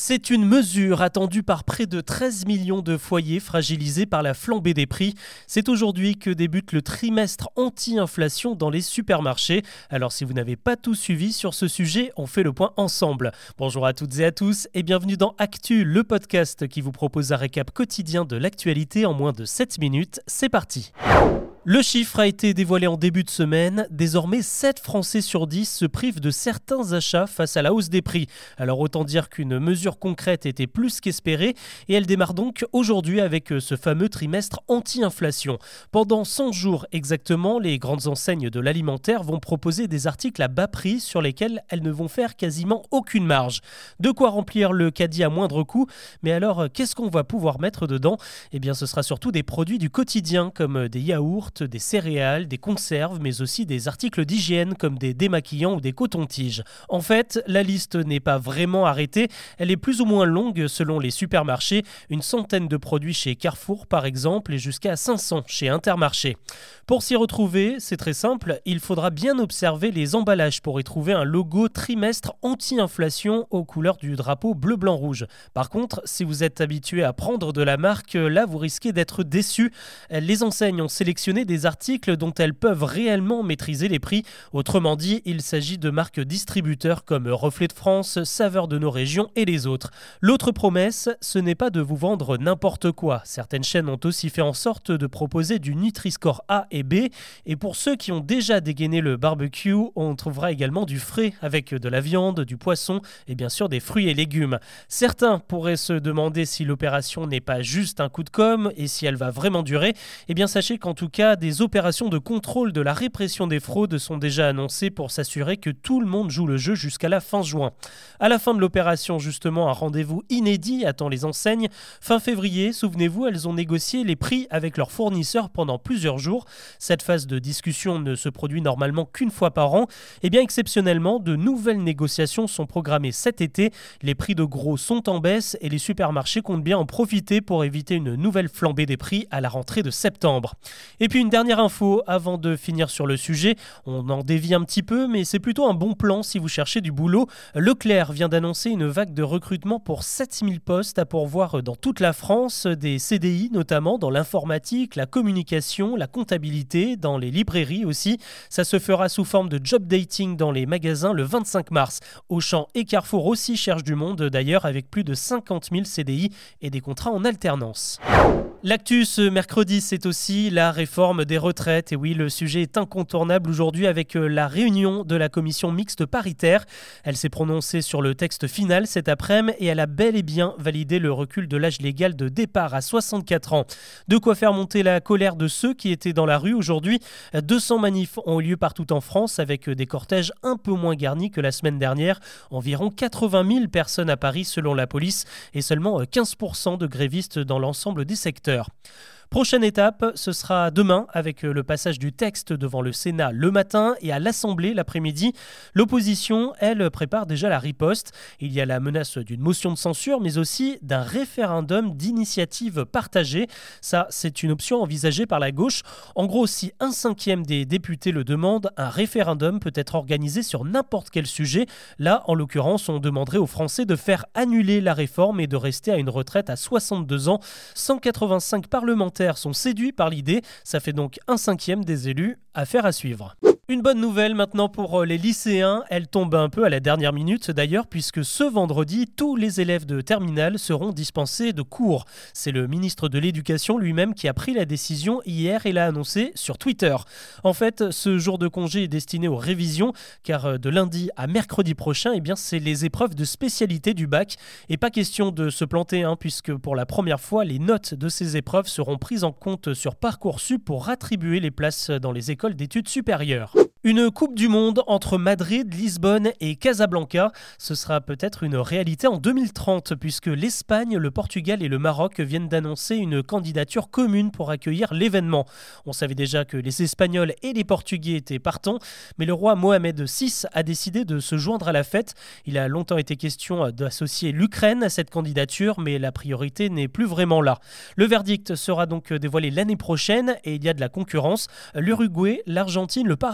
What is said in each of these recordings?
C'est une mesure attendue par près de 13 millions de foyers fragilisés par la flambée des prix. C'est aujourd'hui que débute le trimestre anti-inflation dans les supermarchés. Alors si vous n'avez pas tout suivi sur ce sujet, on fait le point ensemble. Bonjour à toutes et à tous et bienvenue dans Actu, le podcast qui vous propose un récap quotidien de l'actualité en moins de 7 minutes. C'est parti. Le chiffre a été dévoilé en début de semaine. Désormais, 7 Français sur 10 se privent de certains achats face à la hausse des prix. Alors autant dire qu'une mesure concrète était plus qu'espérée et elle démarre donc aujourd'hui avec ce fameux trimestre anti-inflation. Pendant 100 jours exactement, les grandes enseignes de l'alimentaire vont proposer des articles à bas prix sur lesquels elles ne vont faire quasiment aucune marge. De quoi remplir le caddie à moindre coût. Mais alors, qu'est-ce qu'on va pouvoir mettre dedans ? Eh bien, ce sera surtout des produits du quotidien comme des yaourts, des céréales, des conserves, mais aussi des articles d'hygiène comme des démaquillants ou des cotons-tiges. En fait, la liste n'est pas vraiment arrêtée, elle est plus ou moins longue selon les supermarchés, une centaine de produits chez Carrefour par exemple et jusqu'à 500 chez Intermarché. Pour s'y retrouver, c'est très simple, il faudra bien observer les emballages pour y trouver un logo trimestre anti-inflation aux couleurs du drapeau bleu-blanc-rouge. Par contre, si vous êtes habitué à prendre de la marque, là vous risquez d'être déçu. Les enseignes ont sélectionné des articles dont elles peuvent réellement maîtriser les prix. Autrement dit, il s'agit de marques distributeurs comme Reflet de France, Saveurs de nos régions et les autres. L'autre promesse, ce n'est pas de vous vendre n'importe quoi. Certaines chaînes ont aussi fait en sorte de proposer du Nutri-Score A et B. Et pour ceux qui ont déjà dégainé le barbecue, on trouvera également du frais avec de la viande, du poisson et bien sûr des fruits et légumes. Certains pourraient se demander si l'opération n'est pas juste un coup de com' et si elle va vraiment durer. Eh bien sachez qu'en tout cas, des opérations de contrôle de la répression des fraudes sont déjà annoncées pour s'assurer que tout le monde joue le jeu jusqu'à la fin juin. À la fin de l'opération, justement, un rendez-vous inédit attend les enseignes. Fin février, souvenez-vous, elles ont négocié les prix avec leurs fournisseurs pendant plusieurs jours. Cette phase de discussion ne se produit normalement qu'une fois par an. Et bien exceptionnellement, de nouvelles négociations sont programmées cet été. Les prix de gros sont en baisse et les supermarchés comptent bien en profiter pour éviter une nouvelle flambée des prix à la rentrée de septembre. Et puis une dernière info avant de finir sur le sujet, on en dévie un petit peu mais c'est plutôt un bon plan si vous cherchez du boulot. Leclerc vient d'annoncer une vague de recrutement pour 7000 postes à pourvoir dans toute la France, des CDI notamment dans l'informatique, la communication, la comptabilité, dans les librairies aussi. Ça se fera sous forme de job dating dans les magasins le 25 mars. Auchan et Carrefour aussi cherchent du monde d'ailleurs avec plus de 50 000 CDI et des contrats en alternance. L'actu ce mercredi, c'est aussi la réforme des retraites. Et oui, le sujet est incontournable aujourd'hui avec la réunion de la commission mixte paritaire. Elle s'est prononcée sur le texte final cet après-midi et elle a bel et bien validé le recul de l'âge légal de départ à 64 ans. De quoi faire monter la colère de ceux qui étaient dans la rue aujourd'hui. 200 manifs ont eu lieu partout en France avec des cortèges un peu moins garnis que la semaine dernière. Environ 80 000 personnes à Paris selon la police et seulement 15% de grévistes dans l'ensemble des secteurs. Prochaine étape, ce sera demain avec le passage du texte devant le Sénat le matin et à l'Assemblée l'après-midi. L'opposition, elle, prépare déjà la riposte. Il y a la menace d'une motion de censure, mais aussi d'un référendum d'initiative partagée. Ça, c'est une option envisagée par la gauche. En gros, si 1/5 des députés le demandent, un référendum peut être organisé sur n'importe quel sujet. Là, en l'occurrence, on demanderait aux Français de faire annuler la réforme et de rester à une retraite à 62 ans. 185 parlementaires sont séduits par l'idée, ça fait donc 1/5 des élus, affaire à suivre. Une bonne nouvelle maintenant pour les lycéens, elle tombe un peu à la dernière minute d'ailleurs puisque ce vendredi, tous les élèves de terminale seront dispensés de cours. C'est le ministre de l'Éducation lui-même qui a pris la décision hier et l'a annoncé sur Twitter. En fait, ce jour de congé est destiné aux révisions car de lundi à mercredi prochain, eh bien, c'est les épreuves de spécialité du bac et pas question de se planter puisque pour la première fois, les notes de ces épreuves seront prises en compte sur Parcoursup pour attribuer les places dans les écoles d'études supérieures. Une Coupe du Monde entre Madrid, Lisbonne et Casablanca. Ce sera peut-être une réalité en 2030 puisque l'Espagne, le Portugal et le Maroc viennent d'annoncer une candidature commune pour accueillir l'événement. On savait déjà que les Espagnols et les Portugais étaient partants, mais le roi Mohamed VI a décidé de se joindre à la fête. Il a longtemps été question d'associer l'Ukraine à cette candidature, mais la priorité n'est plus vraiment là. Le verdict sera donc dévoilé l'année prochaine et il y a de la concurrence. L'Uruguay, l'Argentine, le Paraguay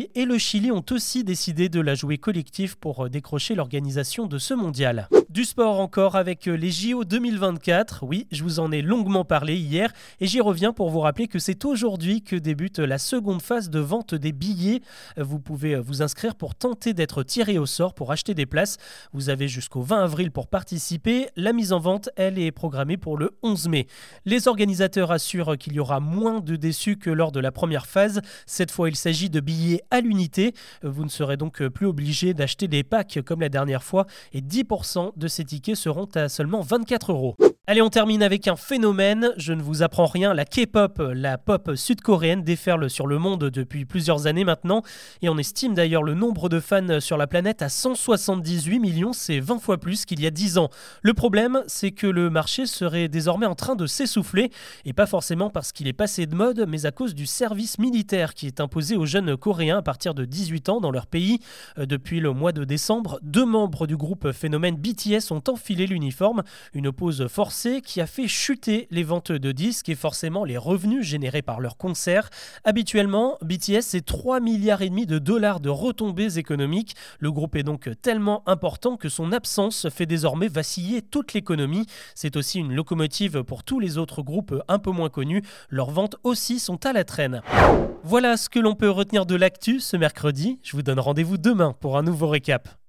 l'Algérie et le Chili ont aussi décidé de la jouer collectif pour décrocher l'organisation de ce mondial. Du sport encore avec les JO 2024. Oui, je vous en ai longuement parlé hier et j'y reviens pour vous rappeler que c'est aujourd'hui que débute la seconde phase de vente des billets. Vous pouvez vous inscrire pour tenter d'être tiré au sort pour acheter des places. Vous avez jusqu'au 20 avril pour participer. La mise en vente, elle, est programmée pour le 11 mai. Les organisateurs assurent qu'il y aura moins de déçus que lors de la première phase. Cette fois, il s'agit de billets à l'unité. Vous ne serez donc plus obligé d'acheter des packs comme la dernière fois et 10% de ces tickets seront à seulement 24 €. Allez, on termine avec un phénomène. Je ne vous apprends rien, la K-pop, la pop sud-coréenne déferle sur le monde depuis plusieurs années maintenant et on estime d'ailleurs le nombre de fans sur la planète à 178 millions, c'est 20 fois plus qu'il y a 10 ans. Le problème, c'est que le marché serait désormais en train de s'essouffler et pas forcément parce qu'il est passé de mode, mais à cause du service militaire qui est imposé aux jeunes coréens à partir de 18 ans dans leur pays. Depuis le mois de décembre, 2 membres du groupe phénomène BTS ont enfilé l'uniforme, une pause forcée qui a fait chuter les ventes de disques et forcément les revenus générés par leurs concerts. Habituellement, BTS c'est 3,5 milliards de dollars de retombées économiques. Le groupe est donc tellement important que son absence fait désormais vaciller toute l'économie. C'est aussi une locomotive pour tous les autres groupes un peu moins connus. Leurs ventes aussi sont à la traîne. Voilà ce que l'on peut retenir de l'actu ce mercredi. Je vous donne rendez-vous demain pour un nouveau récap.